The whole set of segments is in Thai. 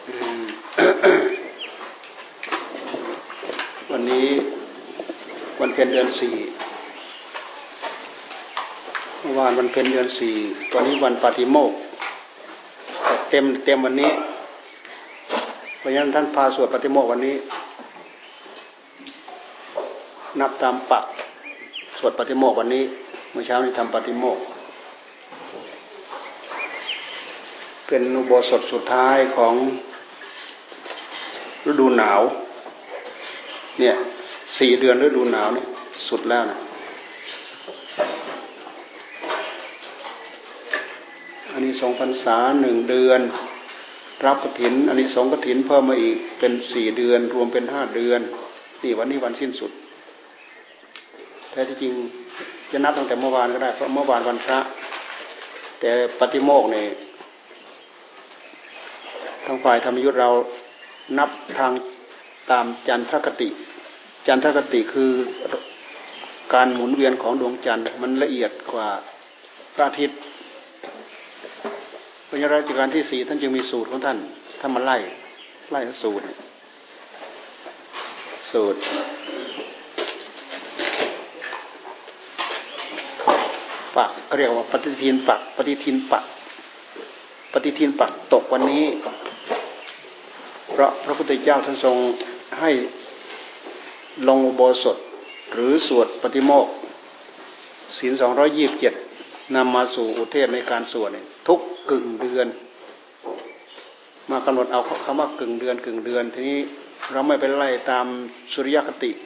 อืม วันนี้วันเพ็ญเดือน4เมื่อวานวันเพ็ญเดือน4วันนี้วันปาฏิโมกข์เต็มวันนี้เพราะฉะนั้นท่านพาสวดปาฏิโมกข์วันนี้นับตามปักสวดปาฏิโมกข์วันนี้เมื่อเช้านี้ทำปาฏิโมกข์เป็นอุโบสถสุดท้ายของฤดูหนาวเนี่ย4 เดือนฤดูหนาวเนี่ยสุดแล้วนะอันนี้2 พรรษา1 เดือนรับกฐินอันนี้2 กฐินเพิ่มมาอีกเป็น4 เดือนรวมเป็น5 เดือนนี่วันนี้วันสิ้นสุดแท้ที่จริงจะนับตั้งแต่เมื่อวานก็ได้เพราะเมื่อวานวันพระแต่ปาฏิโมกข์เนี่ยทางฝ่ายธรรมยุทธเรานับทางตามจันทรคติจันทรคติคือการหมุนเวียนของดวงจันทร์มันละเอียดกว่าพระอาทิตย์พระรัชกาลที่4ท่านจึงมีสูตรของท่านมาไล่สูตรปักเรียกว่าปฏิทินปักปฏิทินปักตกวันนี้เพราะพระพุทธเจ้าท่านทรงให้ลงอุโบสถหรือสวดปฏิโมกข์ศีล227นำมาสู่อุเทศในการสวดทุกกึ่งเดือนมากำหนดเอาคำว่ากึ่งเดือนทีนี้เราไม่ไปไล่ตามสุริยคติ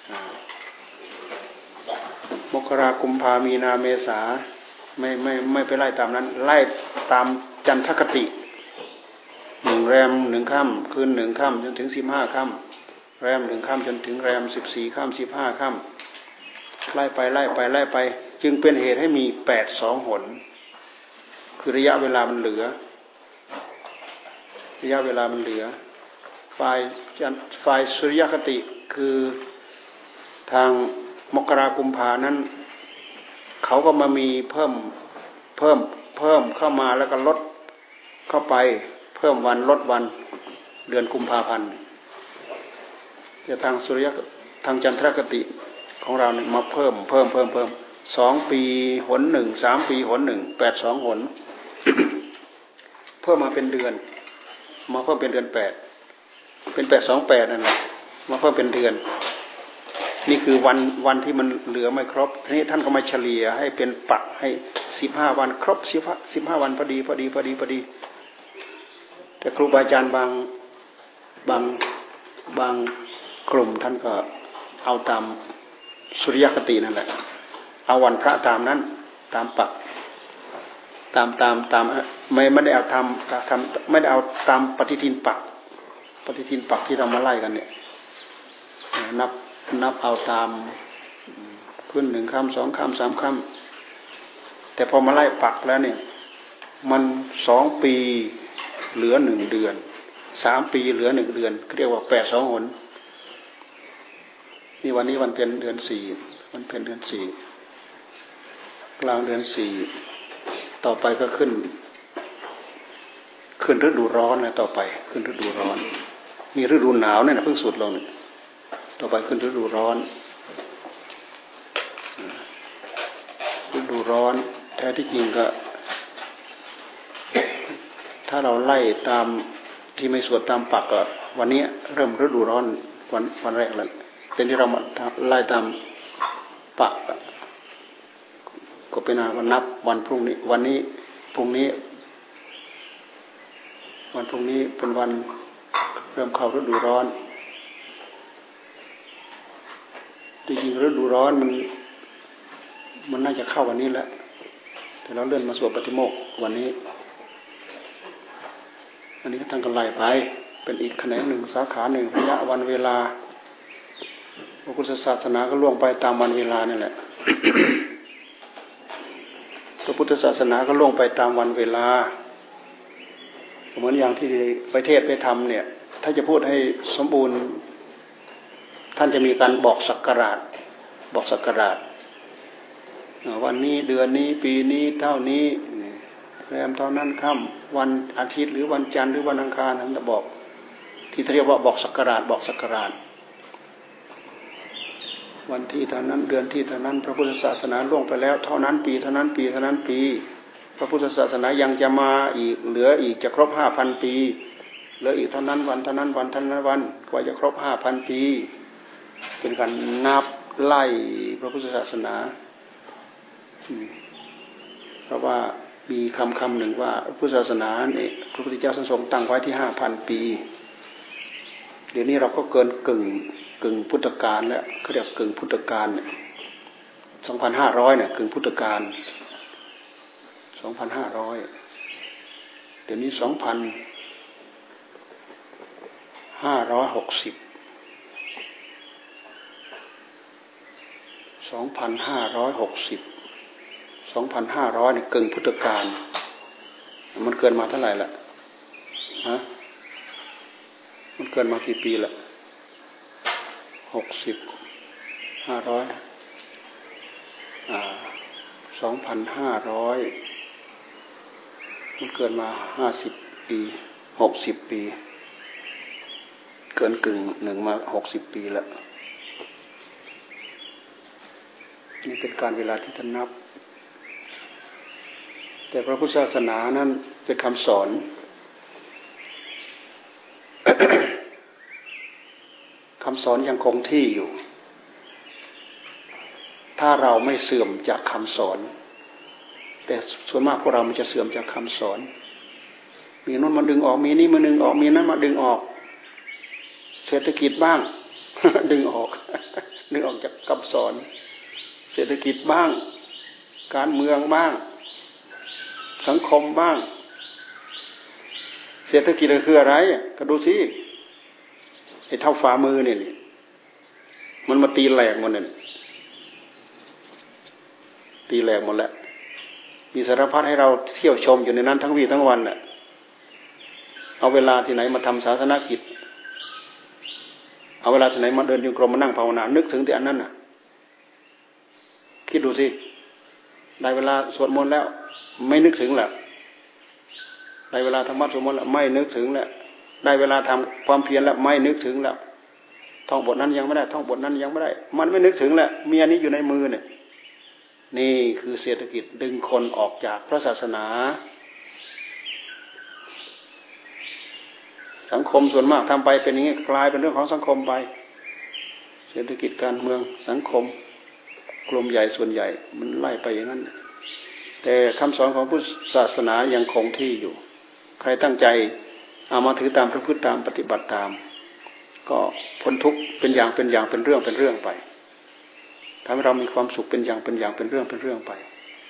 มกราคมกุมภามีนาเมษาไม่ไปไล่ตามนั้นไล่ตามจันทคติ1 แรม 1 ค่ำคืน1 ค่ำจนถึง15 ค่ำแรม1 ค่ำจนถึงแรม14 ค่ำ15 ค่ำไล่ไปจึงเป็นเหตุให้มี82 หนคือระยะเวลามันเหลือฝ่ายสุริยคติคือทางมกรากุมภานั้นเขาก็มามีเพิ่มเข้ามาแล้วก็ลดเข้าไปเพิ่มวันลดวันเดือนกุมภาพันธ์แต่ทางทางจันทรคติของเราเนี่ยมาเพิ่ม2 ปีหน1 3 ปีหน1 82 หน เพิ่มมาเป็นเดือนมาเพิ่มเป็นเดือน8เป็น828นั่นแหละมาเพิ่มเป็นเดือนนี่คือวันที่มันเหลือไม่ครบทีนี้ท่านก็มาเฉลี่ยให้เป็นปักให้15 วันครบ15 วันพอดีแต่ครูบาอาจารย์บางกลุ่มท่านก็เอาตามสุริยคตินั่นแหละเอาวันพระตามนั้นตามปักตามไม่ได้เอาทำไม่ได้เอาตามปฏิทินปักที่เรามาไล่กันเนี่ยนับเอาตามขึ้น1 ค่ำ2 ค่ำ3 ค่ำแต่พอมาไล่ปักแล้วเนี่ยมัน2 ปีเหลือ1 เดือน3 ปีเหลือ1 เดือนเรียกว่า82 หนนี่วันนี้วันเพ็ญเดือน4วันเพ็ญเดือน4กลางเดือน4ต่อไปก็ขึ้นฤดูร้อนนะต่อไปขึ้นฤดูร้อนนี่ฤดูหนาวเนี่ยนะเพิ่งสุดลงเนี่ยต่อไปขึ้นฤดูร้อนแท้ที่จริงก็ถ้าเราไล่ตามที่ไม่สวดตามปักก็วันนี้เริ่มฤดูร้อนวันแรกแล้วแต่ที่เรามาไล่ตามปักก็เป็นวันนับวันพรุ่งนี้วันพรุ่งนี้เป็นวันเริ่มเข้าฤดูร้อนจริงๆฤดูร้อนมันน่าจะเข้าวันนี้แหละแต่เราเลื่อนมาสวดปฏิโมกข์วันนี้อันนี้ท่านก็ไล่ไปเป็นอีกแขนงหนึ่งสาขาหนึ่งระยะวันเวลาพระพุทธศาสนาก็ล่วงไปตามวันเวลานี่แหละ พระพุทธศาสนาก็ล่วงไปตามวันเวลาเหมือนอย่างที่ไปเทศน์ไปธรรมเนี่ยถ้าจะพูดให้สมบูรณ์ท่านจะมีการบอกศักราชวันนี้เดือนนี้ปีนี้เท่านี้แรมเท่านั้นค่ำวันอาทิตย์หรือวันจันทร์หรือวันอังคารนั้นจะบอกที่เรียกว่าบอกศักราชบอกศักราชวันที่เท่านั้นเดือนที่เท่านั้นพระพุทธศาสนาล่วงไปแล้วเท่านั้นปีเท่านั้นปีเท่านั้นปีพระพุทธศาสนายังจะมาอีกเหลืออีกจะครบ 5,000 ปีเหลืออีกเท่านั้นวันเท่านั้นวันเท่านั้นวันกว่าจะครบ 5,000 ปีเป็นการนับไล่พระพุทธศาสนาเพราะว่ามีคำหนึ่งว่าพุทธศาสนาเนี่ยพระพุทธเจ้าทรงตั้งไว้ที่ 5,000 ปีเดี๋ยวนี้เราก็เกินกึ่งพุทธกาลแล้วเขาเรียกกึ่งพุทธกาลเนี่ย 2,500 เนี่ยกึ่งพุทธกาล 2,500 เดี๋ยวนี้ 2,560 2,500 เนี่ยกึ่งพุทธกาลมันเกินมาเท่าไหร่ละฮะมันเกินมากี่ปีละ60 500 2,500มันเกินมา50 ปี60 ปีเกินกึ่งหนึ่งมา60 ปีแล้วนี่เป็นการเวลาที่ท่านนับแต่พระพุทธศาสนานั้นเป็นคำสอน คำสอนยังคงที่อยู่ถ้าเราไม่เสื่อมจากคำสอนแต่ส่วนมากพวกเรามันจะเสื่อมจากคำสอนมีโน้นมาดึงออกมีนี่มาดึงออกมีนั้นมาดึงออกเศรษฐกิจบ้าง ดึงออก ดึงออกจากคำสอนเศรษฐกิจบ้างการเมืองบ้างสังคมบ้างเศรษฐกิจคืออะไรก็ดูสิไอ้เท่าฝ่ามือเนี่ยมันมาตีแหลกหมดเนี่ยตีแหลกหมดแล้วมีสารพัดให้เราเที่ยวชมอยู่ในนั้นทั้งวี่ทั้งวันน่ะเอาเวลาที่ไหนมาทำศาสนกิจเอาเวลาที่ไหนมาเดินโยกรมมานั่งภาวนานึกถึงแต่อันนั้นน่ะคิดดูสิได้เวลาสวดมนต์แล้วไม่นึกถึงแล้วได้เวลาทำวัดสวดมนต์แล้วไม่นึกถึงแล้วได้เวลาทำความเพียรแล้วไม่นึกถึงแล้วท่องบทนั้นยังไม่ได้ท่องบทนั้นยังไม่ได้มันไม่นึกถึงแล้วมีอันนี้อยู่ในมือเนี่ยนี่คือเศรษฐกิจดึงคนออกจากพระศาสนาสังคมส่วนมากทำไปเป็นอย่างนี้กลายเป็นเรื่องของสังคมไปเศรษฐกิจการเมืองสังคมกลุ่มใหญ่ส่วนใหญ่มันไล่ไปอย่างนั้นแต่คำสอนของพุทธศาสนายังคงที่อยู่ใครตั้งใจเอามาถือตามประพฤติตามปฏิบัติตามก็พ้นทุกข์เป็นอย่างเป็นเรื่องไปทำให้เรามีความสุขเป็นอย่างเป็นเรื่องไป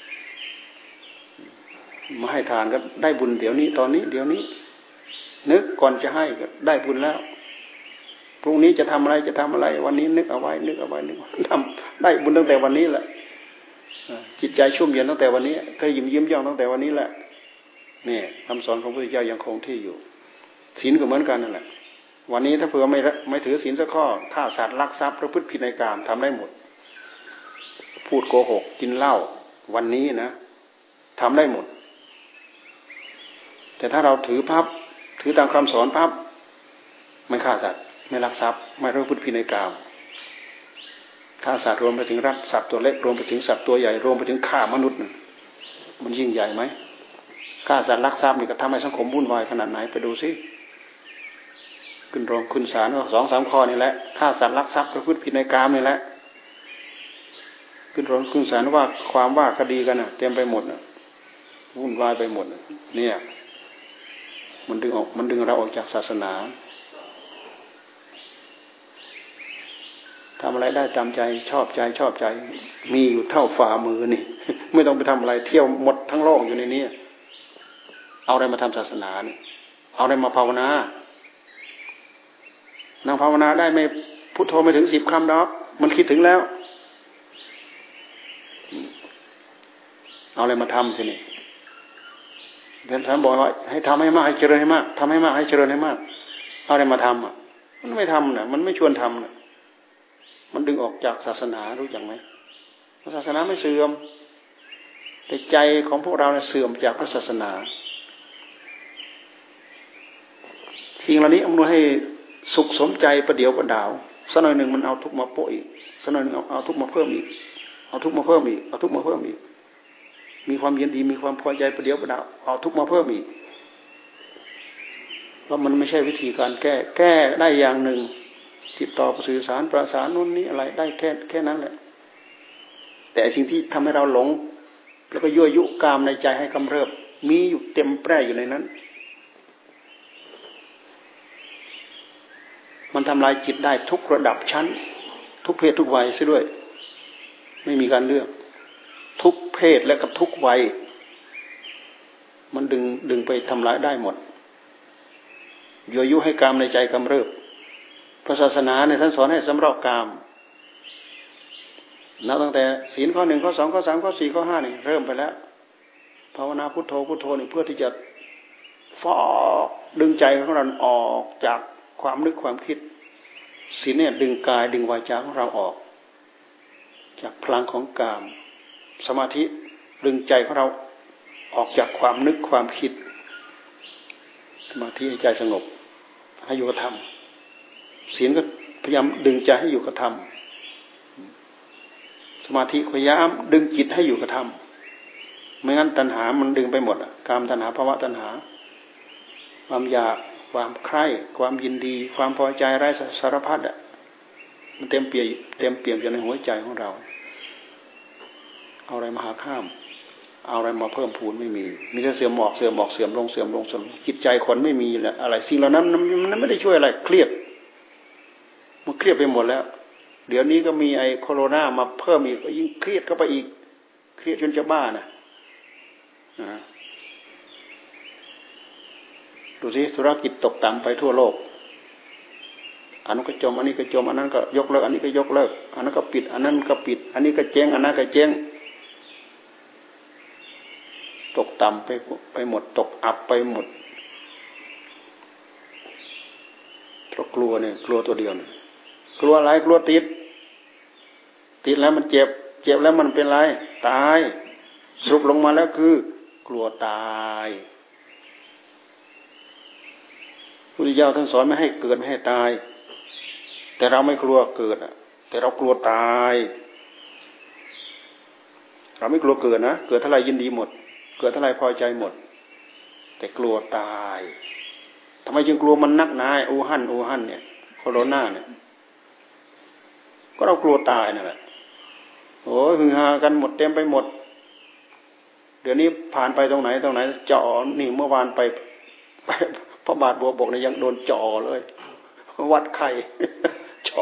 มาให้ทานก็ได้บุญเดี๋ยวนี้ตอนนี้เดี๋ยวนี้นึกก่อนจะให้ก็ได้บุญแล้วพรุ่งนี้จะทำอะไรวันนี้นึกเอาไว้ทำได้บุญตั้งแต่วันนี้แหละจิตใจชุ่มเย็นตั้งแต่วันนี้ก็ยิ้มย่องตั้งแต่วันนี้แหละนี่คำสอนของพระพุทธเจ้ายังคงที่อยู่ศีลก็เหมือนกันนั่นแหละวันนี้ถ้าเผื่อไม่ถือศีลสักข้อฆ่าสัตว์ลักทรัพย์ประพฤติผิดในกามทำได้หมดพูดโกหกกินเหล้าวันนี้นะทำได้หมดแต่ถ้าเราถือตามคำสอนปั๊บไม่ฆ่าสัตว์ไม่ลักทรัพย์ไม่ประพฤติผิดในกามฆ่าสัตว์รวมไปถึงรักสัตว์ตัวเล็กรวมไปถึงสัตว์ตัวใหญ่รวมไปถึงฆ่ามนุษย์มันยิ่งใหญ่ไหมฆ่าสัตว์ลักทรัพย์นี่ก็ทำให้สังคมวุ่นวายขนาดไหนไปดูสิขึ้นโรงขึ้นศาลก็ 2-3 ข้อนี่แหละฆ่าสัตว์ลักทรัพย์ประพฤติผิดในกามนี่แหละขึ้นโรงขึ้นศาลว่าความว่าคดีกันน่ะเต็มไปหมดน่ะวุ่นวายไปหมดเนี่ยมันดึงเราออกจากศาสนาทำอะไรได้ตามใจชอบใจมีอยู่เท่าฝ่ามือนี่ไม่ต้องไปทำอะไรเที่ยวหมดทั้งโลกอยู่ในนี้เอาอะไรมาทำศาสนาเนี่ยเอาอะไรมาภาวนานั่งภาวนาได้ไม่พุทโธไม่ถึง10 คำดอกมันคิดถึงแล้วเอาอะไรมาทำทีนี้ท่านบอกว่าให้ทำให้มากให้เจริญให้มากทำให้มากให้เจริญให้มากเอาอะไรมาทำอ่ะมันไม่ทำน่ะมันไม่ชวนทำน่ะมันดึงออกจากศาสนารู้จักไหมศาสนาไม่เสื่อมแต่ใจของพวกเราเนี่ยเสื่อมจากพระศาสนาสิ่งเหล่านี้อำนวยให้สุขสมใจประเดี๋ยวประดาวสักหน่อยหนึ่งมันเอาทุกข์มาโปะอีกสักหน่อยหนึ่งเอาทุกข์มาเพิ่มอีกเอาทุกข์มาเพิ่มอีกเอาทุกข์มาเพิ่มอีกมีความยินดีมีความพอใจประเดี๋ยวประดาวเอาทุกข์มาเพิ่มอีกเพราะมันไม่ใช่วิธีการแก้ได้อย่างหนึ่งติดต่อสื่อสารประสานนู่นนี่อะไรได้แค่นั้นแหละแต่สิ่งที่ทำให้เราหลงแล้วก็ยั่วยุกามในใจให้กำเริบมีอยู่เต็มแปร่อยู่ในนั้นมันทำลายจิตได้ทุกระดับชั้นทุกเพศทุกวัยซะด้วยไม่มีการเลือกทุกเพศและกับทุกวัยมันดึงไปทำลายได้หมดยั่วยุให้กามในใจกำเริบพระศาสนาเนี่ยท่านสอนให้สำรอกกามนับตั้งแต่ศีลข้อ1ข้อ2ข้อ3ข้อ4ข้อ5นี่เริ่มไปแล้วภาวนาพุทโธพุทโธนี่เพื่อที่จะฟอกดึงใจของเราออกจากความนึกความคิดศีลเนี่ยดึงกายดึงวาจาของเราออกจากพลังของกามสมาธิดึงใจของเราออกจากความนึกความคิดสมาธิให้ใจสงบให้อยู่กับธรรมศีลก็พยายามดึงใจให้อยู่กับธรรมสมาธิพยายามดึงจิตให้อยู่กับธรรมไม่งั้นตัณหามันดึงไปหมดกามตัณหาภวะตัณหาความอยากความใคร่ความยินดีความพอใจไร้สารพัดมันเต็มเปี่ยมอยู่ในหัวใจของเราเอาอะไรมาหาข้ามเอาอะไรมาเพิ่มพูนไม่มีแต่เสื่อมออกเสื่อมออกเสื่อมลงเสื่อมลงจิตใจคนไม่มีอะไรสิ่งเหล่านั้นมันไม่ได้ช่วยอะไรเครียดมันเครียดไปหมดแล้วเดี๋ยวนี้ก็มีไอ้โคโรนามาเพิ่มอีกยิ่งเครียดเข้าไปอีกเครียดจนจะบ้านะดูสิธุรกิจตกต่ำไปทั่วโลกอันนั้นก็จมอันนี้ก็จมอันนั้นก็ยกเลิกอันนี้ก็ยกเลิกอันนั้นก็ปิดอันนั้นก็ปิดอันนี้ก็เจ๊งอันนั้นก็เจ๊งตกต่ำไปหมดตกอับไปหมดเพราะกลัวเนี่ยกลัวตัวเดียวเนี่ยกลัวอะไรกลัวติดแล้วมันเจ็บแล้วมันเป็นไรตายสรุปลงมาแล้วคือกลัวตายพุทธเจ้าท่านสอนไม่ให้เกิดไม่ให้ตายแต่เราไม่กลัวเกิดแต่เรากลัวตายเราไม่กลัวเกิดนะเกิดเท่าไรยินดีหมดเกิดเท่าไรพอใจหมดแต่กลัวตายทำไมจึงกลัวมันนักหนาอู่ฮั่นเนี่ยโคโรนาเนี่ยก็เรากลัวตายนั่นแหละโอ้ยฮือฮากันหมดเต็มไปหมดเดี๋ยวนี้ผ่านไปตรงไหนเจาะนี่เมื่อวานไปพระบาทบัวบกเนี่ยยังโดนจ่อเลยวัดไข้จ่อ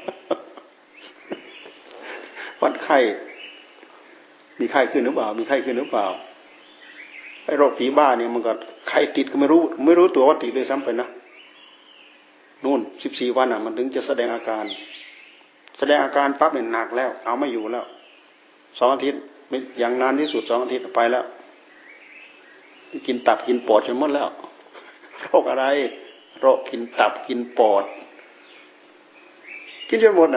วัดไข้มีไข้ขึ้นหรือเปล่ามีไข้ขึ้นหรือเปล่าไอ้โรคผีบ้าเนี่ยมันก็ไข้ติดก็ไม่รู้ตัวว่าติดเลยซ้ำไปนะนู่น14 วันมันถึงจะแสดงอาการปั๊บเนี่ยหนักแล้วเอาไม่อยู่แล้ว2 อาทิตย์อย่างนานที่สุด2 อาทิตย์ไปแล้วกินตับกินปอดจนหมดแล้วโรคอะไรโรคกินตับกินปอดกินจนหมด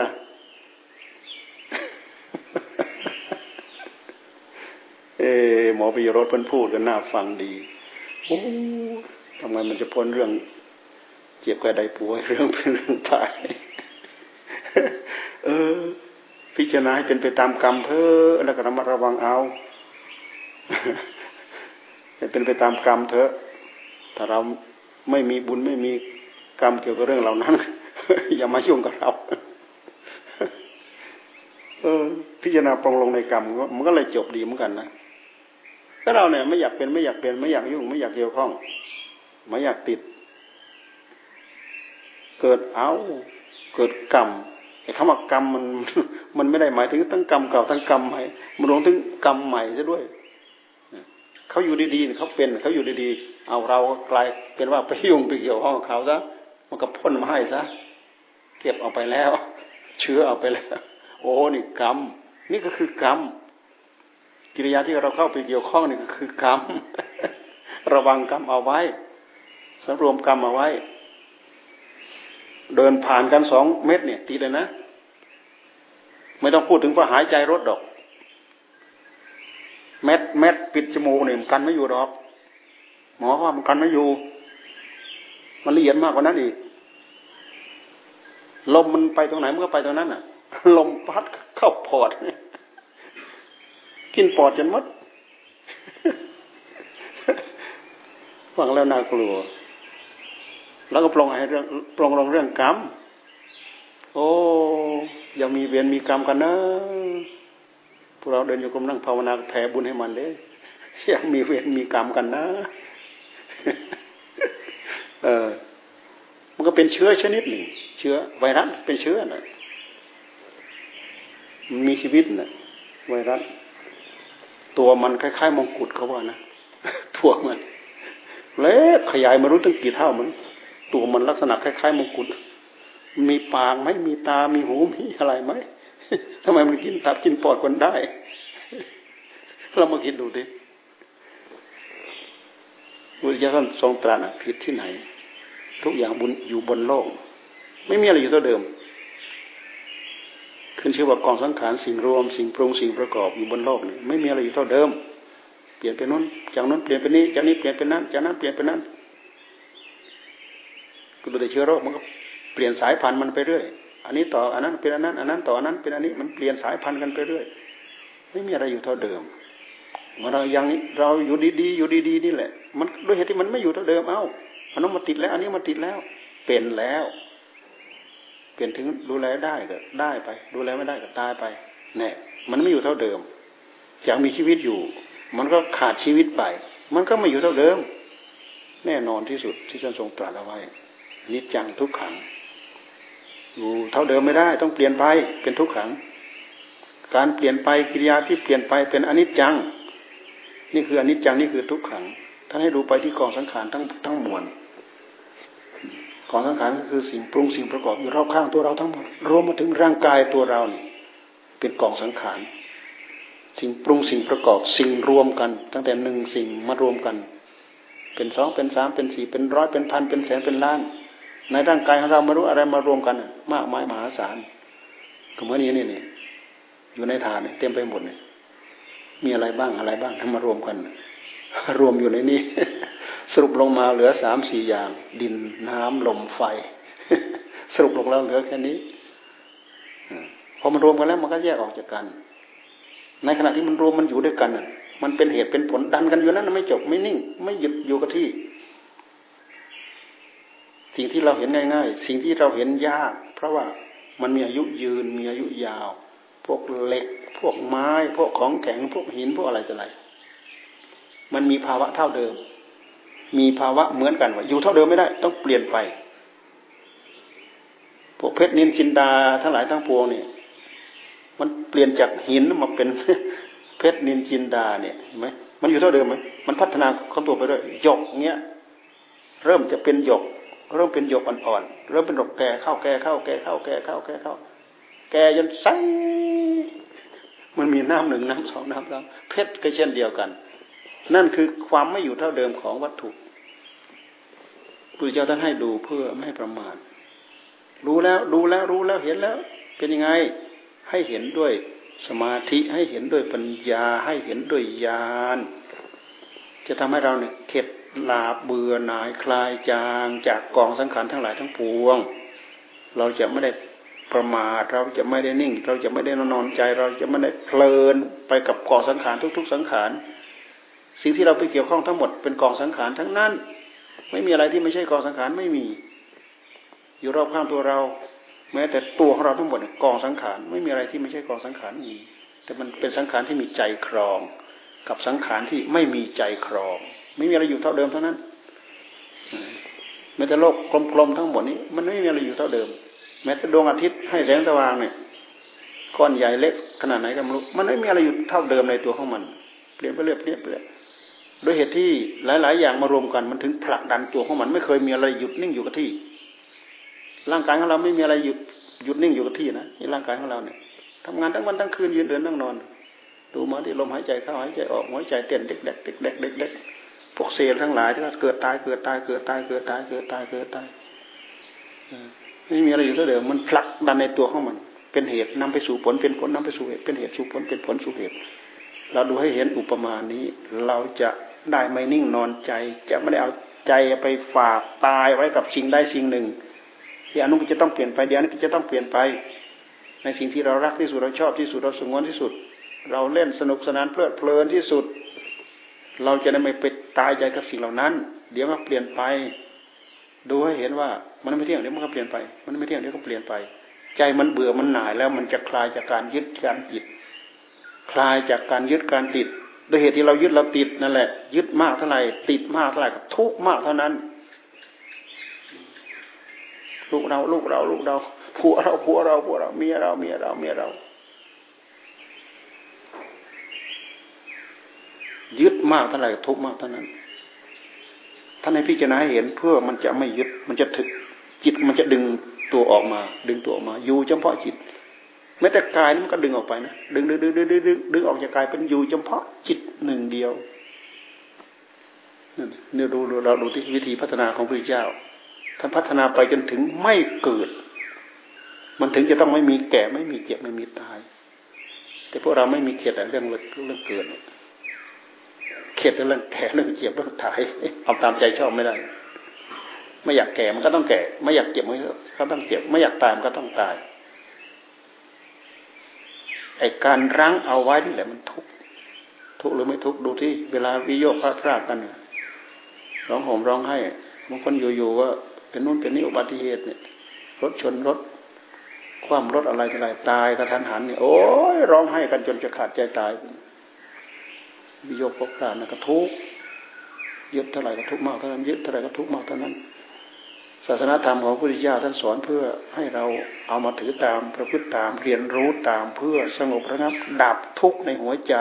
หมอปิยรสเพิ่นพูดกันน่าฟังดีโอ้ทำไมมันจะพ้นเรื่องเจ็บไข้ได้ป่วยเรื่องเป็นเรื่องตายพิจารณาให้เป็นไปตามกรรมเถอะแล้วก็ระมัดระวังเอาให้เป็นไปตามกรรมเถอะถ้าเราไม่มีบุญไม่มีกรรมเกี่ยวกับเรื่องเหล่านั้นอย่ามายุ่งกับเราพิจารณาปรงลงในกรรมมันก็เลยจบดีเหมือนกันนะถ้าเราเนี่ยไม่อยากเป็นไม่อยากยุ่งไม่อยากเกี่ยวข้องไม่อยากติดเกิดกรรมไอ้คำว่ากรรมมันไม่ได้หมายถึงทั้งกรรมเก่าทั้งกรรมใหม่มันรวมถึงกรรมใหม่ซะด้วยเขาอยู่ดีๆเขาอยู่ดีๆเอาเรากลายเป็นว่าไปยุ่งไปเกี่ยวข้องกับเขาซะมันก็พ่นมาให้ซะเก็บเอาไปแล้วเชื้อเอาไปแล้วโอ้นี่กรรมนี่ก็คือกรรมกิริยาที่เราเข้าไปเกี่ยวข้องนี่ก็คือกรรมระวังกรรมเอาไว้สำรวมกรรมเอาไว้เดินผ่านกัน2 เมตรเนี่ยติดเลยนะไม่ต้องพูดถึงว่าหายใจรถดอกเม็ดปิดจมูกเนี่ยมันกันไม่อยู่หรอกหมอว่ามันกันไม่อยู่มันละเอียดมากกว่านั้นอีกลมมันไปตรงไหนมันก็ไปตรงนั้นอ่ะลมพัดเข้าปอดกินปอดจนหมดฟังแล้วน่ากลัวแล้วก็ปรงให้เรื่องปรงลงเรื่องกรรมโอ้ยังมีเวรมีกรรมกันนะพวกเราเดินอยู่กรมนั่งภาวนาแผ่บุญให้มันเด้ยังมีเวรมีกรรมกันนะมันก็เป็นเชื้อชนิดหนึ่งเชื้อไวรัสเป็นเชื้อนะมันมีชีวิตนะไวรัสตัวมันคล้ายๆมงกุฎเขาว่านะตัวมันเล็กขยายมารู้ตั้งกี่เท่ามันตัวมันลักษณะคล้ายๆมงกุฎมีปากไหมมีตามีหูมีอะไรไหมทำไมมันกินตับกินปอดคนได้เรามาคิดดูดิพุทธเจ้าท่านทรงตรัสผิดที่ไหนทุกอย่างบุญอยู่บนโลกไม่มีอะไรอยู่เท่าเดิมขึ้นชื่อว่ากองสังขารสิ่งรวมสิ่งปรุงสิ่งประกอบอยู่บนโลกนี่ไม่มีอะไรอยู่เท่าเดิมเปลี่ยนไปนู้นจากนู้นเปลี่ยนไปนี้จากนี้เปลี่ยนไปนั้นจากนั้นเปลี่ยนไปนั้นก็ดูแต่เชื้อโรคมันก็เปลี่ยนสายพันธุ์มันไปเรื่อยอันนี้ต่ออันนั้นเป็นอันนั้นอันนั้นต่ออันนั้นเป็นอันนี้มันเปลี่ยนสายพันธุ์กันไปเรื่อยไม่มีอะไรอยู่เท่าเดิมเราอย่างนี้เราอยู่ดีๆอยู่ดีๆนี่แหละมันด้วยเหตุที่มันไม่อยู่เท่าเดิมอันนั้นมาติดแล้วอันนี้มาติดแล้วเป็นแล้วเปลี่ยนถึงดูแลได้ก็ได้ไปดูแลไม่ได้ก็ตายไปเนี่ยมันไม่อยู่เท่าเดิมอยากมีชีวิตอยู่มันก็ขาดชีวิตไปมันก็ไม่อยู่เท่าเดิมแน่นอนที่สุดที่ท่านทรงตรัสเอาไว้นิจจังทุกขังอยู่เท่าเดิมไม่ได้ต้องเปลี่ยนไปเป็นทุกขังการเปลี่ยนไปกิริยาที่เปลี่ยนไปเป็นอนิจจังนี่คืออนิจจังนี่คือทุกขังท่านให้ดูไปที่กองสังขารทั้งมวลกองสังขารก็คือสิ่งปรุงสิ่งประกอบอยู่รอบข้างตัวเราทั้งหมดรวมมาถึงร่างกายตัวเรานี่เป็นกองสังขารสิ่งปรุงสิ่งประกอบสิ่งรวมกันตั้งแต่หนึ่งสิ่งมารวมกันเป็นสองเป็นสามเป็นสี่เป็นร้อยเป็นพันเป็นแสนเป็นล้านในร่างกายของเราไม่รู้อะไรมารวมกันมากมายมหาศาลก็เหมือนนี้นี่อยู่ในฐานเต็มไปหมดเนี่ยมีอะไรบ้างทำมารวมกันรวมอยู่ในนี้สรุปลงมาเหลือ3-4อย่างดินน้ำลมไฟสรุปลงแล้วเหลือแค่นี้พอมันรวมกันแล้วมันก็แยกออกจากกันในขณะที่มันรวมมันอยู่ด้วยกันมันเป็นเหตุเป็นผลดันกันอยู่นั้นไม่จบไม่นิ่งไม่หยุดอยู่กับที่สิ่งที่เราเห็นง่ายๆสิ่งที่เราเห็นยากเพราะว่ามันมีอายุยืนมีอายุยาวพวกเหล็กพวกไม้พวกของแข็งพวกหินพวกอะไรต่ออะไรมันมีภาวะเท่าเดิมมีภาวะเหมือนกันว่าอยู่เท่าเดิมไม่ได้ต้องเปลี่ยนไปพวกเพชรนิลจินดาทั้งหลายทั้งปวงเนี่ยมันเปลี่ยนจากหินมาเป็นเพชรนิลจินดาเนี่ยเห็นไหมมันอยู่เท่าเดิมไหมมันพัฒนาของตัวไปด้วยหยกเงี้ยเริ่มจะเป็นหยกเริ่มเป็นหยกอ่อนๆเริ่มเป็นหยกแก่เข้าแก่เข้าแก่เข้าแก่เข้าแก่เข้าแก่จนใสมันมีน้ำหนึ่งน้ำสองน้ำสามเพชรก็เช่นเดียวกันนั่นคือความไม่อยู่เท่าเดิมของวัตถุพุทธเจ้าท่านให้ดูเพื่อไม่ให้ประมาทรู้แล้วเห็นแล้วเป็นยังไงให้เห็นด้วยสมาธิให้เห็นด้วยปัญญาให้เห็นด้วยญาณจะทำให้เราเนี่ยเข็ดหลาบเบื่อหน่ายคลายจางจากกองสังขารทั้งหลายทั้งปวงเราจะไม่ได้ประมาทเราจะไม่ได้นิ่งเราจะไม่ได้นอนใจเราจะไม่ได้เพลินไปกับกองสังขารทุกๆสังขารสิ่งที่เราไปเกี่ยวข้องทั้งหมดเป็นกองสังขารทั้งนั้นไม่มีอะไรที่ไม่ใช่กองสังขารไม่มีอยู่รอบข้างตัวเราแม้แต่ตัวของเราทั้งหมดกองสังขารไม่มีอะไรที่ไม่ใช่กองสังขารมีแต่มันเป็นสังขารที่มีใจครองกับสังขารที่ไม่มีใจครองไม่มีอะไรอยู่เท่าเดิมเท่านั้นแม้แต่โลกกลมๆทั้งหมดนี้มันไม่มีอะไรอยู่เท่าเดิมแม้แต่ดวงอาทิตย์ให้แสงสว่างเนี่ยก้อนใหญ่เล็กขนาดไหนก็ไม่รู้มันไม่มีอะไรอยู่เท่าเดิมในตัวของมันเปลี่ยนไปเรื่อยโดยเหตุที่หลายๆอย่างมารวมกันมันถึงผลักดันตัวของมันไม่เคยมีอะไรหยุดนิ่งอยู่กับที่ร่างกายของเราไม่มีอะไรหยุดนิ่งอยู่กับที่นะนี่ร่างกายของเราเนี่ยทำงานทั้งวันทั้งคืนยืนเดินนั่งนอนดูมาที่ลมหายใจเข้าหายใจออกหัวใจเต้นเด็กพวกเซลล์ทั้งหลายที่เกิดตายไม่มีอะไรอยู่เท่าเดิมมันผลักดันในตัวของมันเป็นเหตุนำไปสู่ผลเป็นผลนำไปสู่เหตุเป็นเหตุสู่ผลเป็นผลสู่เหตุเราดูให้เห็นอุปมานี้เราจะได้ไม่นิ่งนอนใจจะไม่ได้เอาใจไปฝากตายไว้กับสิ่งใดสิ่งหนึ่งที่อนุจะต้องเปลี่ยนไปเดี๋ยวนี้จะต้องเปลี่ยนไปในสิ่งที่เรารักที่สุดเราชอบที่สุดเราสงวนที่สุดเราเล่นสนุกสนานเพลิดเพลินที่สุดเราจะได้ไม่ไปตายใจกับสิ่งเหล่านั้นเดี๋ยวมันเปลี่ยนไปดูให้เห็นว่ามันไม่เที่ยงเดี๋ยวมันก็เปลี่ยนไปมันไม่เที่ยงเดี๋ยวก็เปลี่ยนไปใจมันเบื่อมันหน่ายแล้วมันจะคลายจากการยึดการติดคลายจากการยึดการติดโดยเหตุที่เรายึดเราติดนั่นแหละยึดมากเท่าไหร่ติดมากเท่าไหร่ก็ทุกข์มากเท่านั้นลูกเราผัวเราเมียเรายึดมากเท่าไหร่ทุกข์มากเท่านั้นท่านให้พิจารณาให้เห็นเพื่อมันจะไม่ยึดมันจะถึกจิตมันจะดึงตัวออกมาอยู่เฉพาะจิตแม้แต่กายนี่มันก็ดึงออกไปนะดึงออกจากกายเป็นอยู่เฉพาะจิตหนึ่งเดียวเนี่ยเราดูที่วิธีพัฒนาของพระเจ้าท่านพัฒนาไปจนถึงไม่เกิดมันถึงจะต้องไม่มีแก่ไม่มีเจ็บไม่มีตายแต่พวกเราไม่มีเข็ดเรื่องเกิดเข็ดเรื่องแก่เรื่องเจ็บเรื่องตายเอาตามใจชอบไม่ได้ไม่อยากแก่มันก็ต้องแก่ไม่อยากเจ็บมันก็ต้องเจ็บไม่อยากตายมันก็ต้องตายไอ้การรั้งเอาไว้นี่แหละมันทุกข์หรือไม่ทุกข์ดูที่เวลาวิโยคพลาดพลาดกันร้องห่มร้องไห้บางคนอยู่ๆว่าเป็นนู่นเป็นนี่อุบัติเหตุเนี่ยรถชนรถคว่ำรถอะไรตายกระทันหันเนี่ยโอ้ยร้องไห้กันจนจะขาดใจตายวิโยคพลาดพลาดนะก็ทุกข์ยึดเท่าไหร่ก็ทุกข์มากเท่านั้นยึดเท่าไหร่ก็ทุกข์มากเท่านั้นศาสนธรรมของพระพุทธเจ้าท่านสอนเพื่อให้เราเอามาถือตามประพฤติตามเรียนรู้ตามเพื่อสงบระงับดับทุกข์ในหัวใจ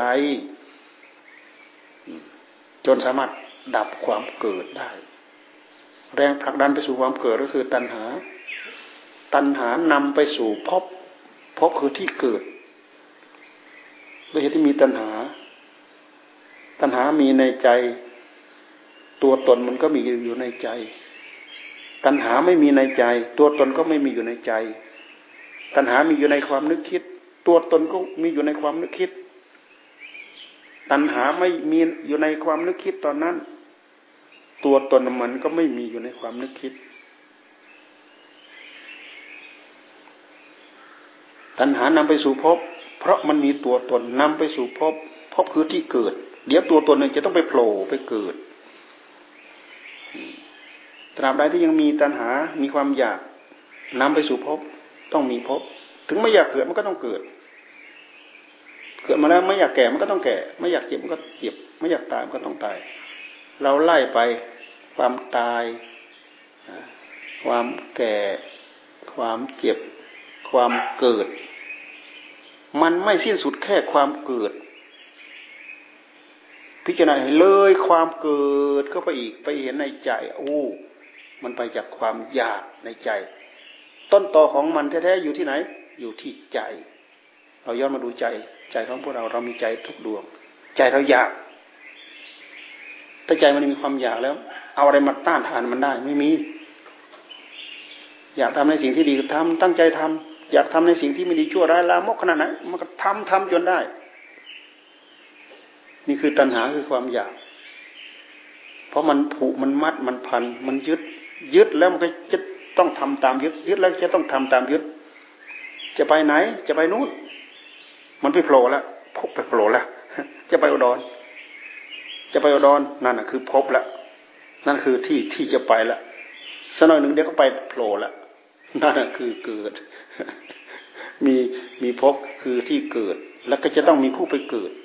จนสามารถดับความเกิดได้แรงผลักดันไปสู่ความเกิดก็คือตัณหานำไปสู่ภพคือที่เกิดด้วยเหตุที่มีตัณหามีในใจตัวตนมันก็มีอยู่ในใจตัณหาไม่มีในใจตัวตนก็ไม่มีอยู่ในใจตัณหามีอยู่ในความนึกคิดตัวตนก็มีอยู่ในความนึกคิดตัณหาไม่มีอยู่ในความนึกคิดตอนนั้นตัวตนมันก็ไม่มีอยู่ในความนึกคิดตัณหานำไปสู่ภพเพราะมันมีตัวตนนำไปสู่ภพคือที่เกิดเดี๋ยวตัวตนนึงจะต้องไปโผล่ไปเกิดตราบใดที่ยังมีตัณหามีความอยากนำไปสู่ภพต้องมีภพถึงไม่อยากเกิดมันก็ต้องเกิดมาแล้วไม่อยากแก่มันก็ต้องแก่ไม่อยากเจ็บมันก็เจ็บไม่อยากตายมันก็ต้องตายเราไล่ไปความตายความแก่ความเจ็บความเกิดมันไม่สิ้นสุดแค่ความเกิดพิจารณาให้เลยความเกิดเข้าไปอีกไปเห็นในใจโอ้มันไปจากความอยากในใจต้นตอของมันแท้ๆอยู่ที่ไหนอยู่ที่ใจเราย้อนมาดูใจของพวกเรามีใจทุกดวงใจเราอยากถ้าใจมันมีความอยากแล้วเอาอะไรมาต้านทานมันได้ไม่มีอยากทำในสิ่งที่ดีก็ทำตั้งใจทำอยากทำในสิ่งที่ไม่ดีชั่วร้ายลามกขนาดไหนมันก็ทำจนได้นี่คือตัณหาคือความอยากเพราะมันผูกมันมัดมันพันมันยึดแล้วมันก็จะต้องทำตามยึดแล้วจะต้องทำตามยึดจะไปไหนจะไปนู่นมันไปโผล่แล้วพบไปโผล่แล้วจะไปอุดรนั่นน่ะคือพบแล้วนั่นคือที่จะไปแล้วสักหน่อยหนึ่งเดี๋ยวก็ไปโผล่แล้วนั่นน่ะคือเกิดมีพบคือที่เกิดแล้วก็จะต้องมีผู้ไปเกิด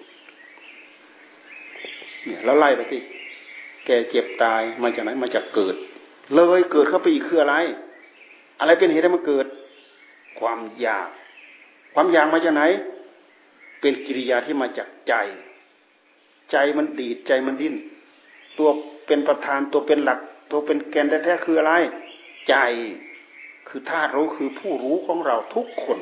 เนี่ยแล้วไล่ไปที่แก่เจ็บตายมาจากไหนมาจากเกิดเลยเกิดเข้าไปอีกคืออะไรเป็นเหตุให้มันเกิดความอยากมาจากไหนเป็นกิริยาที่มาจากใจมันดีดใจมันดิ้นตัวเป็นประธานตัวเป็นหลักตัวเป็นแกนแท้ๆคืออะไรใจคือธาตุรู้คือผู้รู้ของเราทุกคน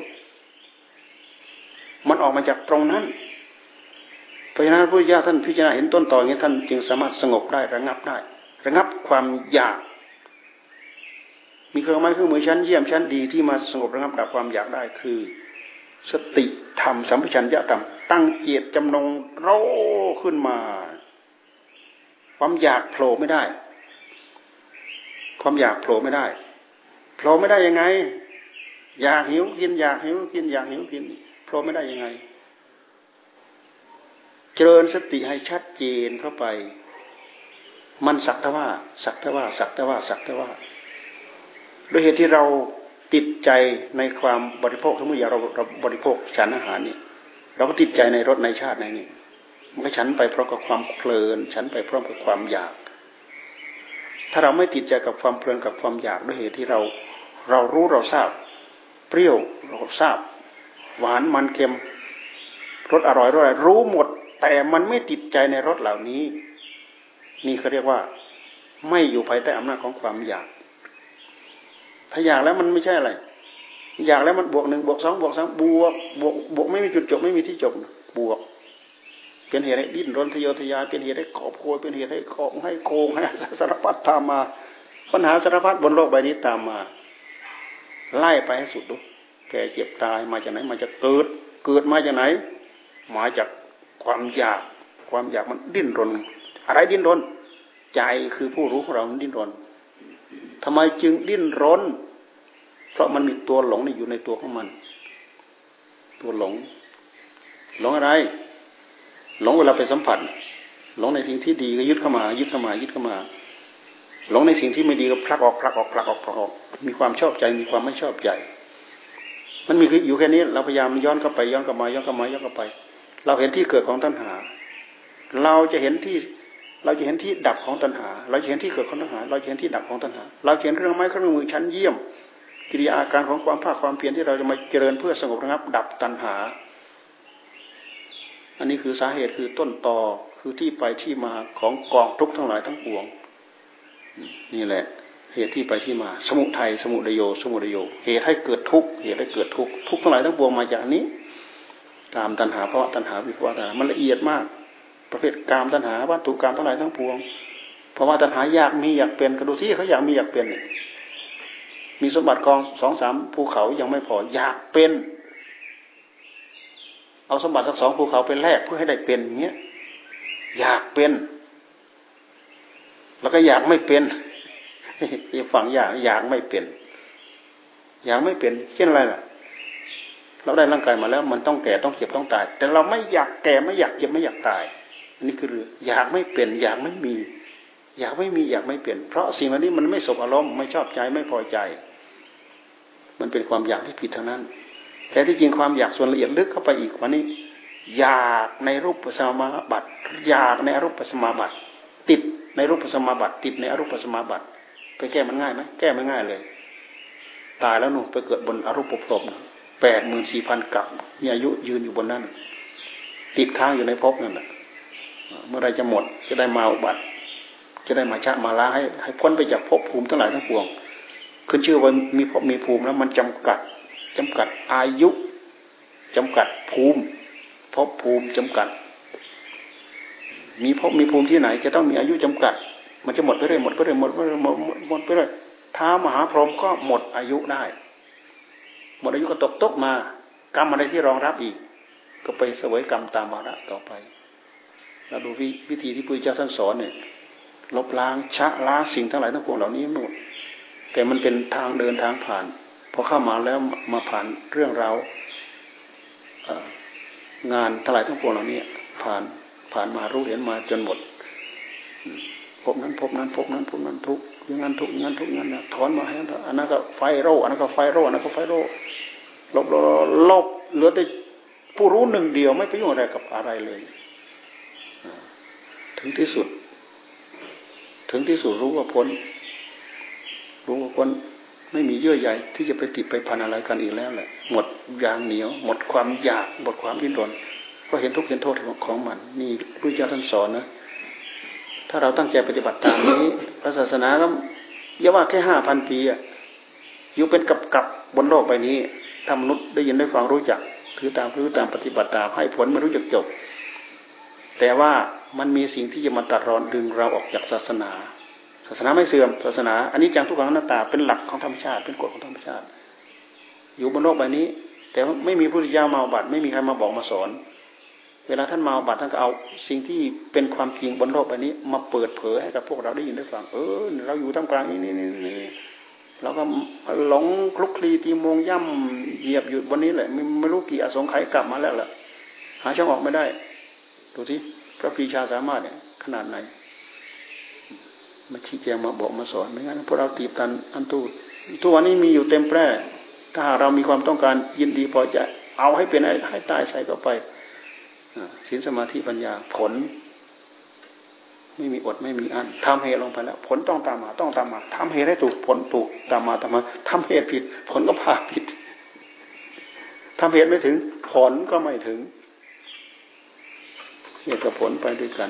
มันออกมาจากตรงนั้นเพราะฉะนั้นพระพุทธเจ้าท่านพิจารณาเห็นต้นตออย่างนี้ท่านจึงสามารถสงบได้ระงับความอยากมีเครื่องไม้เครื่องมือชั้นเยี่ยมชั้นดีที่มาสงบระงับดับความอยากได้คือสติธรรมสัมปชัญญะธรรมตั้งเจตจำนงเราขึ้นมาความอยากโผล่ไม่ได้ความอยากโผล่ไม่ได้โผล่ไม่ได้ยังไงอยากหิวกินอยากหิวกินอยากหิวกินโผล่ไม่ได้ยังไงเจริญสติให้ชัดเจนเข้าไปมันสักแต่ว่าสักแต่ว่าสักแต่ว่าสักแต่ว่าด้วยเหตุที่เราติดใจในความบริโภคสมมติอย่างเราบริโภคฉันอาหารนี่เราก็ติดใจในรสในชาติในนี้มันก็ฉันไปเพราะกับความเพลินฉันไปพร้อมกับความอยากถ้าเราไม่ติดใจกับความเพลินกับความอยากด้วยเหตุที่เรารู้เราทราบเปรี้ยวเราทราบหวานมันเค็มรสอร่อยรสอะไรรู้หมดแต่มันไม่ติดใจในรสเหล่านี้นี่เขาเรียกว่าไม่อยู่ภายใต้อำนาจของความอยากถ้าอยากแล้วมันไม่ใช่อะไรอยากแล้วมันบวกหนึ่งบวกสองบวกสามบวกไม่มีจุดจบไม่มีที่จบบวกเป็นเหตุให้ดิ้นรนทะเยอทะยานเป็นเหตุให้กอบโกยเป็นเหตุให้กอบให้โกงให้สารพัดตามมาปัญหาสารพัดบนโลกใบนี้ตามมาไล่ไปให้สุดดูแก่เจ็บตายมาจากไหนมาจากเกิดมาจากไหนมาจากความอยากมันดิ้นรนอะไรดิ้นรนใจคือผู้รู้ของเราดิ้นรนทำไมจึงดิ้นรนเพราะมันมีตัวหลงอยู่ในตัวของมันตัวหลงอะไรหลงเวลาไปสัมผัสหลงในสิ่งที่ดีก็ยึดเข้ามาหลงในสิ่งที่ไม่ดีก็ผลักออกมีความชอบใจมีความไม่ชอบใจมันมีอยู่แค่นี้เราพยายามย้อนเข้าไปเราเห็นที่เกิดของตัณหาเราจะเห็นที่ดับของตัณหาเราจะเห็นที่เกิดของตัณหาเราจะเห็นที่ดับของตัณหาเราเห็นเครื่องไม้เครื่องมือชั้นเยี่ยมกิริยาอาการของความภาคความเพียรที่เราจะมาเจริญเพื่อสงบระงับดับตัณหาอันนี้คือสาเหตุคือต้นตอคือที่ไปที่มาของกองทุกข์ทั้งหลายทั้งปวงนี่แหละเหตุที่ไปที่มาสมุทัยสมุทัยโยเหตุให้เกิดทุกข์ทุกข์ทั้งหลายทั้งปวงมาจากนี้กามตัณหาภวะตัณหาวิภวะตัณหามันละเอียดมากประเภทกามตัณหาวัตถุกามทั้งหลายทั้งปวงภวะตัณหาอยากมีอยากเป็นก็ดูที่เขาอยากมีอยากเป็นมีสมบัติกอง 2-3 ภูเขายังไม่พออยากเป็นเอาสมบัติสัก2 ภูเขาไปแลกเพื่อให้ได้เป็นอย่างเงี้ยอยากเป็นแล้วก็อยากไม่เป็นอีกฝั่งอยากไม่เป็นเช่นอะไรล่ะเราได้ร่างกายมาแล้วมันต้องแก่ต้องเจ็บต้องตายแต่เราไม่อยากแก่ไม่อยากเจ็บไม่อยากตายอันนี้คืออยากไม่เป็นอยากไม่มีอยากไม่เป็นเพราะสิ่งเหล่านี้มันไม่สบอารมณ์ไม่ชอบใจไม่พอใจมันเป็นความอยากที่ผิดเท่านั้นแต่ที่จริงความอยากส่วนละเอียดลึกเข้าไปอีกว่านี้อยากในรูปสมาบัติอยากในอรูปสมาบัติติดในรูปสมาบัติติดในอรูปสมาบัติไปแก้มันง่ายไหมแก้ไม่ง่ายเลยตายแล้วหนูไปเกิดบนอรูปภพ 84,000 กับมีอายุยืนอยู่บนนั้นติดค้างอยู่ในภพนั่นแหละเมื่อไรจะหมดจะได้มาอุบัติจะได้มาชะมาล้าให้พ้นไปจากภพภูมิทั้งหลายทั้งปวงขึ้นชื่อว่ามีภพมีภูมิแล้วมันจำกัดอายุจำกัดภูมิภพภูมิจำกัดมีภพมีภูมิที่ไหนจะต้องมีอายุจำกัดมันจะหมดไปเรื่อยท้ามหาพรหมก็หมดอายุได้หมดอายุก็ตกมากรรมอะไรที่รองรับอีกก็ไปเสวยกรรมตามวาระต่อไปเราดูวิธีที่พระพุทธเจ้าท่านสอนเนี่ยลบล้างชะล้างสิ่งทั้งหลายทั้งปวงเหล่านี้หมดแต่มันเป็นทางเดินทางผ่านพอเข้ามาแล้วมาผ่านเรื่องราวงานทั้งหลายทั้งปวงเหล่านี้ผ่านมารู้เห็นมาจนหมดพบนั้นทุกอย่างนั้นทุกนะถอนมาให้อันนั้นก็ไฟโร่อันนั้นก็ไฟโร่ลบเหลือแต่ผู้รู้หนึ่งเดียวไม่ไปยุ่งอะไรกับอะไรเลยถึงที่สุดรู้ว่าพ้นไม่มีเยื่อใยที่จะไปติดไปพันอะไรกันอีกแล้วแหละหมดยางเหนียวหมดความอยากหมดความดิ้นรนก็เห็นทุกข์เห็นโทษของมันนี่พระพุทธเจ้าท่านสอนนะถ้าเราตั้งใจปฏิบัติตามนี้พระศาสนาก็อย่าว่าแค่ 5,000 ปีอยู่เป็นกับบนโลกใบนี้ถ้ามนุษย์ได้ยินได้ฟังรู้จักถือตามปฏิบัติตามให้ผลไม่รู้จักจบแต่ว่ามันมีสิ่งที่จะมาตัดรอนดึงเราออกจากศาสนาไม่เสื่อมศาสนาอันนี้จังทุกขังอนัตตาเป็นหลักของธรรมชาติเป็นกฎของธรรมชาติอยู่บนโลกใบนี้แต่ไม่มีพระพุทธเจ้ามาบัติไม่มีใครมาบอกมาสอนเวลาท่านมาบัตรท่านก็เอาสิ่งที่เป็นความจริงบนโลกใบนี้มาเปิดเผยให้กับพวกเราได้ยินได้ฟังเราอยู่ท่ามกลางนี่เราก็หลงคลุกคลีตีมงย่ำเหยียบอยู่บนนี้แหละไม่รู้กี่อสงไขยกลับมาแล้วล่ะหาช่องออกไม่ได้ดูสิพระปรีชาสามารถเนี่ยขนาดไหนมาชี้แจงมาบอกมาสอนไม่งั้นพวกเราตีบตันอันตู้วันนี้มีอยู่เต็มแปร่ถ้าเรามีความต้องการยินดีพอจะเอาให้เป็นให้ตายใส่เข้าไปศีลสมาธิปัญญาผลไม่มีอดไม่มีอั้นทำเหตุลงไปแล้วผลต้องตามมาทำเหตุให้ถูกผลถูกตามมาทำเหตุผิดผลก็พาผิดทำเหตุไม่ถึงผลก็ไม่ถึงเหตุกับผลไปด้วยกัน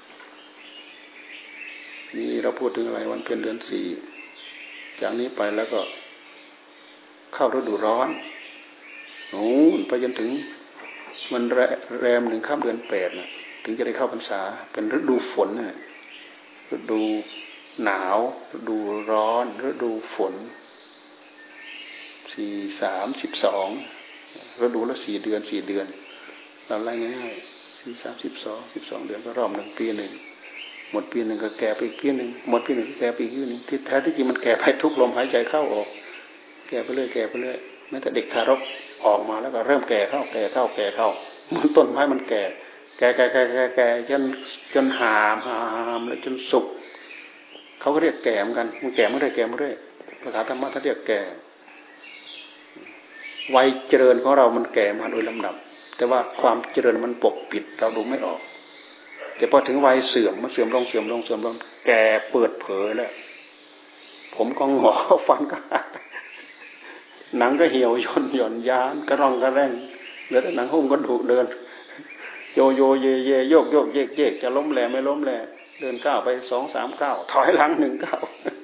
นี่เราพูดถึงอะไรวันเพ็ญเดือนสี่จากนี้ไปแล้วก็เข้าฤดูร้อนไปจนถึงมันแรมหนึ่งข้ามเดือนแปดนะถึงจะได้เข้าพรรษาเป็นฤดูฝนนะฤดูหนาวฤดูร้อนฤดูฝนฤดูละ4 เดือนเราไล่ง่ายๆ12 เดือนก็รอบหนึ่งปีหนึ่งหมดปีหนึ่งก็แก่ไปอีกปีหนึ่งหมดปีหนึ่งก็แก่ไปอีกปีหนึ่งที่แท้ที่จริงมันแก่ไปทุกลมหายใจเข้าออกแก่ไปเรื่อยแม้แต่เด็กทารกออกมาแล้วก็เริ่มแก่เข้าเหมือนต้นไม้มันแก่จนหามแล้วจนสุกเขาก็เรียกแก่เหมือนกันมันแก่ไม่ได้ภาษาธรรมะเขาเรียกแก่วัยเจริญของเรามันแก่มาโดยลำดับแต่ว่าความเจริญมันปกปิดเราดูไม่ออกแต่พอถึงวัยเสื่อมมันเสื่อมลงแก่เปิดเผยแล้วผมก็งอฟันก็หักหนังก็เหี่ยวย่นยานกระร่องกระแร่งเหลือแต่หนังหุ้มก็ถูกเดินโยเยโยกเยกจะล้มแหลไม่ล้มแหลเดินก้าวไป2-3 ก้าวถอยหลัง1 ก้าว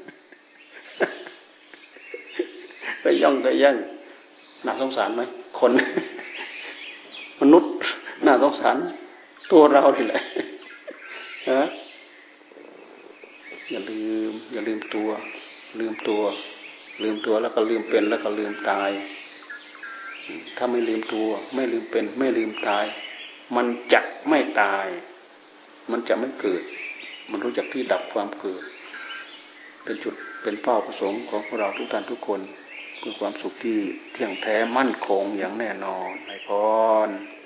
ไปย่องน่าสงสารไหมคนมนุษย์น่าสงสารตัวเรานี่แหละอย่าลืมตัวแล้วก็ลืมเป็นแล้วก็ลืมตายถ้าไม่ลืมตัวไม่ลืมเป็นไม่ลืมตายมันจะไม่ตายมันจะไม่เกิดมันรู้จักที่ดับความเกิดเป็นจุดเป็นเป้าประสงค์ของพวกเราทุกท่านทุกคนเพื่อความสุขที่เที่ยงแท้มั่นคงอย่างแน่นอนในพร